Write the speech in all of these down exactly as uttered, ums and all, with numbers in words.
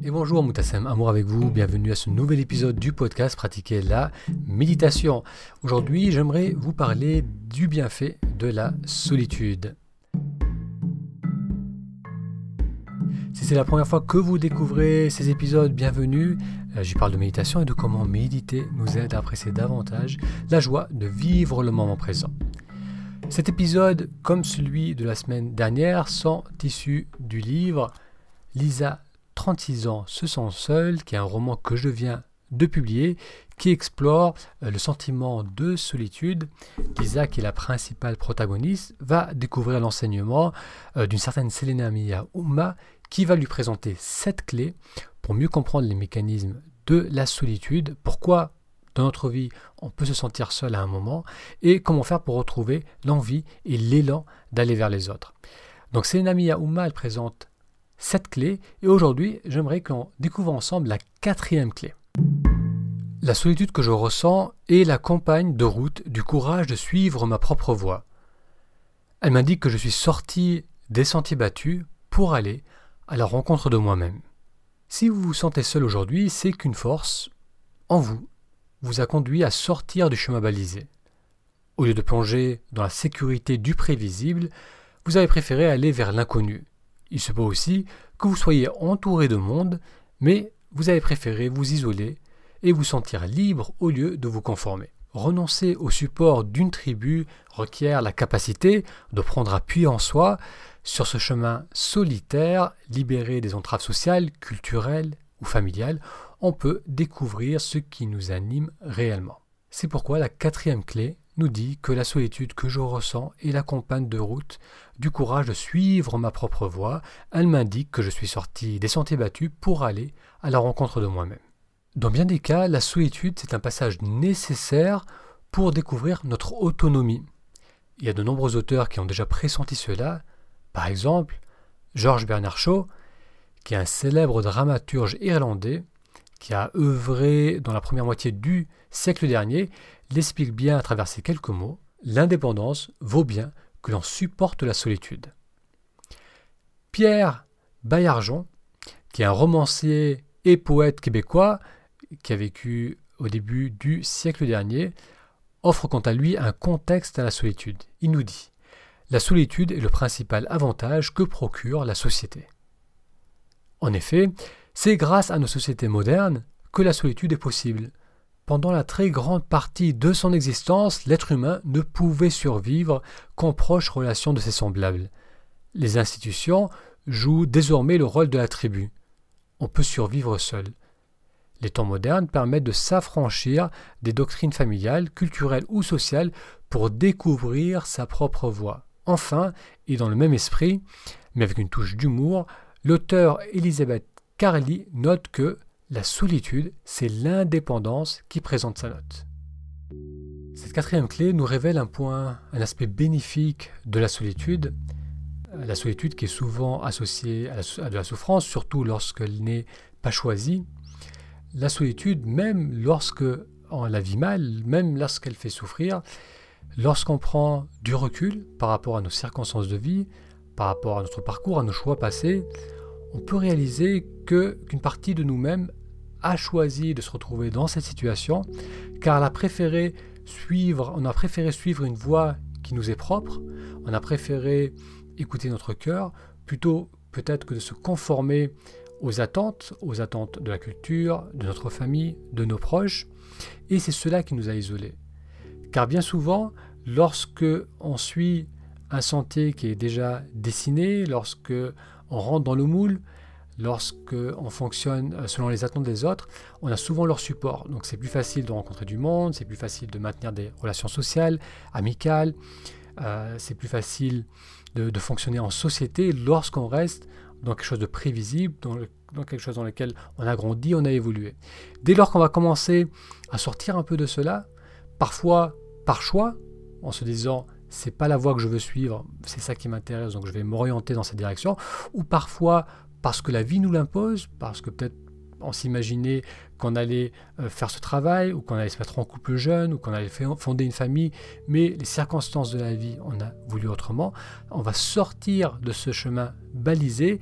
Et bonjour Moutassem, amour avec vous, bienvenue à ce nouvel épisode du podcast Pratiquer la méditation. Aujourd'hui, j'aimerais vous parler du bienfait de la solitude. Si c'est la première fois que vous découvrez ces épisodes, bienvenue. J'y parle de méditation et de comment méditer nous aide à apprécier davantage la joie de vivre le moment présent. Cet épisode, comme celui de la semaine dernière, sont issus du livre Lisa, trente-six ans, se sent seul, qui est un roman que je viens de publier, qui explore le sentiment de solitude. Lisa, qui est la principale protagoniste, va découvrir l'enseignement d'une certaine Selena Mia Uma, qui va lui présenter sept clés pour mieux comprendre les mécanismes de la solitude, pourquoi dans notre vie on peut se sentir seul à un moment, et comment faire pour retrouver l'envie et l'élan d'aller vers les autres. Donc Selena Mia Uma, elle présente sept clés, et aujourd'hui, j'aimerais qu'on découvre ensemble la quatrième clé. La solitude que je ressens est la compagne de route du courage de suivre ma propre voie. Elle m'indique que je suis sorti des sentiers battus pour aller à la rencontre de moi-même. Si vous vous sentez seul aujourd'hui, c'est qu'une force en vous vous a conduit à sortir du chemin balisé. Au lieu de plonger dans la sécurité du prévisible, vous avez préféré aller vers l'inconnu. Il se peut aussi que vous soyez entouré de monde, mais vous avez préféré vous isoler et vous sentir libre au lieu de vous conformer. Renoncer au support d'une tribu requiert la capacité de prendre appui en soi sur ce chemin solitaire, libéré des entraves sociales, culturelles ou familiales. On peut découvrir ce qui nous anime réellement. C'est pourquoi la quatrième clé nous dit que la solitude que je ressens est la compagne de route du courage de suivre ma propre voie. Elle m'indique que je suis sorti des sentiers battus pour aller à la rencontre de moi-même. Dans bien des cas, la solitude, c'est un passage nécessaire pour découvrir notre autonomie. Il y a de nombreux auteurs qui ont déjà pressenti cela. Par exemple, George Bernard Shaw, qui est un célèbre dramaturge irlandais, qui a œuvré dans la première moitié du siècle dernier, l'explique bien à travers ces quelques mots. L'indépendance vaut bien que l'on supporte la solitude. Pierre Baillargeon, qui est un romancier et poète québécois, qui a vécu au début du siècle dernier, offre quant à lui un contexte à la solitude. Il nous dit « La solitude est le principal avantage que procure la société. » En effet, c'est grâce à nos sociétés modernes que la solitude est possible. Pendant la très grande partie de son existence, l'être humain ne pouvait survivre qu'en proche relation de ses semblables. Les institutions jouent désormais le rôle de la tribu. On peut survivre seul. Les temps modernes permettent de s'affranchir des doctrines familiales, culturelles ou sociales pour découvrir sa propre voie. Enfin, et dans le même esprit, mais avec une touche d'humour, l'auteur Elizabeth Carly note que la solitude, c'est l'indépendance qui présente sa note. Cette quatrième clé nous révèle un point, un aspect bénéfique de la solitude. La solitude qui est souvent associée à, la, à de la souffrance, surtout lorsqu'elle n'est pas choisie. La solitude, même lorsque on la vit mal, même lorsqu'elle fait souffrir, lorsqu'on prend du recul par rapport à nos circonstances de vie, par rapport à notre parcours, à nos choix passés, on peut réaliser que, qu'une partie de nous-mêmes a choisi de se retrouver dans cette situation, car elle a préféré suivre, on a préféré suivre une voie qui nous est propre, on a préféré écouter notre cœur, plutôt peut-être que de se conformer aux attentes, aux attentes de la culture, de notre famille, de nos proches, et c'est cela qui nous a isolés. Car bien souvent, lorsque on suit un sentier qui est déjà dessiné, lorsque on rentre dans le moule, lorsqu'on fonctionne selon les attentes des autres, on a souvent leur support. Donc c'est plus facile de rencontrer du monde, c'est plus facile de maintenir des relations sociales, amicales, euh, c'est plus facile de, de fonctionner en société lorsqu'on reste dans quelque chose de prévisible, dans, le, dans quelque chose dans lequel on a grandi, on a évolué. Dès lors qu'on va commencer à sortir un peu de cela, parfois par choix, en se disant c'est pas la voie que je veux suivre, c'est ça qui m'intéresse, donc je vais m'orienter dans cette direction, ou parfois parce que la vie nous l'impose, parce que peut-être on s'imaginait qu'on allait faire ce travail, ou qu'on allait se mettre en couple jeune, ou qu'on allait fonder une famille, mais les circonstances de la vie, on a voulu autrement. On va sortir de ce chemin balisé,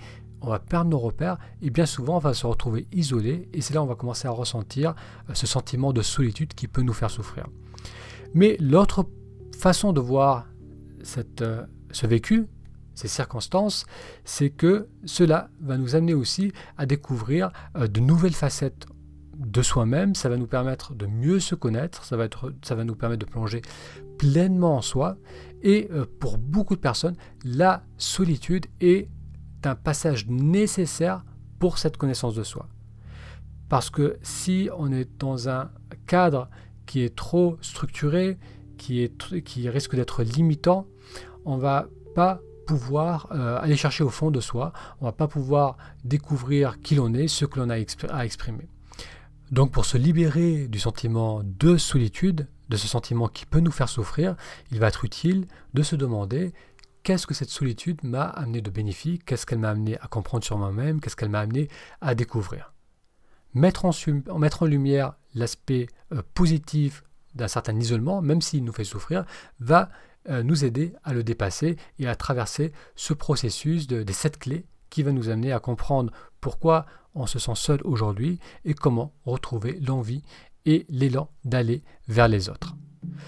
on va perdre nos repères et bien souvent on va se retrouver isolé et c'est là où on va commencer à ressentir ce sentiment de solitude qui peut nous faire souffrir. Mais l'autre façon de voir cette, euh, ce vécu, ces circonstances, c'est que cela va nous amener aussi à découvrir euh, de nouvelles facettes de soi-même, ça va nous permettre de mieux se connaître, ça va, être, ça va nous permettre de plonger pleinement en soi et euh, pour beaucoup de personnes, la solitude est un passage nécessaire pour cette connaissance de soi. Parce que si on est dans un cadre qui est trop structuré, qui, est, qui risque d'être limitant, on ne va pas pouvoir euh, aller chercher au fond de soi, on ne va pas pouvoir découvrir qui l'on est, ce que l'on a exp- à exprimer. Donc pour se libérer du sentiment de solitude, de ce sentiment qui peut nous faire souffrir, il va être utile de se demander qu'est-ce que cette solitude m'a amené de bénéfique, qu'est-ce qu'elle m'a amené à comprendre sur moi-même, qu'est-ce qu'elle m'a amené à découvrir. Mettre en, sum- mettre en lumière l'aspect euh, positif d'un certain isolement, même s'il nous fait souffrir, va euh, nous aider à le dépasser et à traverser ce processus de, des sept clés qui va nous amener à comprendre pourquoi on se sent seul aujourd'hui et comment retrouver l'envie et l'élan d'aller vers les autres.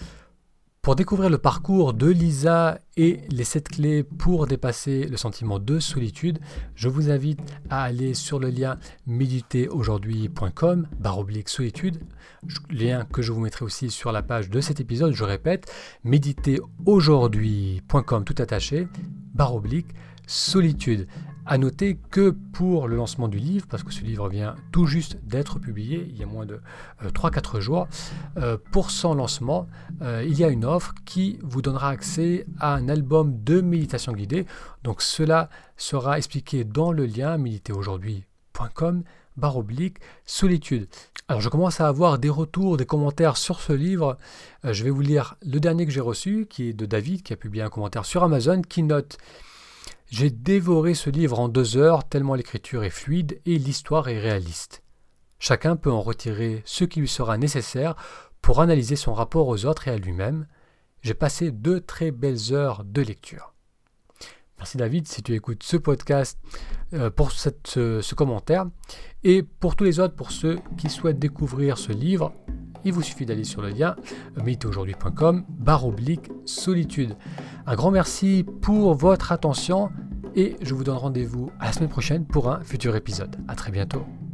Pour découvrir le parcours de Lisa et les sept clés pour dépasser le sentiment de solitude, je vous invite à aller sur le lien méditer aujourd'hui point com barre oblique solitude, lien que je vous mettrai aussi sur la page de cet épisode, je répète, méditer aujourd'hui point com tout attaché, barre oblique solitude. À noter que pour le lancement du livre, parce que ce livre vient tout juste d'être publié, il y a moins de euh, trois à quatre jours, euh, pour son lancement, euh, il y a une offre qui vous donnera accès à un album de méditation guidée. Donc cela sera expliqué dans le lien méditer aujourd'hui point com barre oblique solitude. Alors je commence à avoir des retours, des commentaires sur ce livre. Euh, je vais vous lire le dernier que j'ai reçu, qui est de David, qui a publié un commentaire sur Amazon, qui note: j'ai dévoré ce livre en deux heures tellement l'écriture est fluide et l'histoire est réaliste. Chacun peut en retirer ce qui lui sera nécessaire pour analyser son rapport aux autres et à lui-même. J'ai passé deux très belles heures de lecture. Merci David si tu écoutes ce podcast euh, pour cette, ce, ce commentaire. Et pour tous les autres, pour ceux qui souhaitent découvrir ce livre, il vous suffit d'aller sur le lien méditer aujourd'hui point com barre oblique solitude. Un grand merci pour votre attention et je vous donne rendez-vous à la semaine prochaine pour un futur épisode. À très bientôt.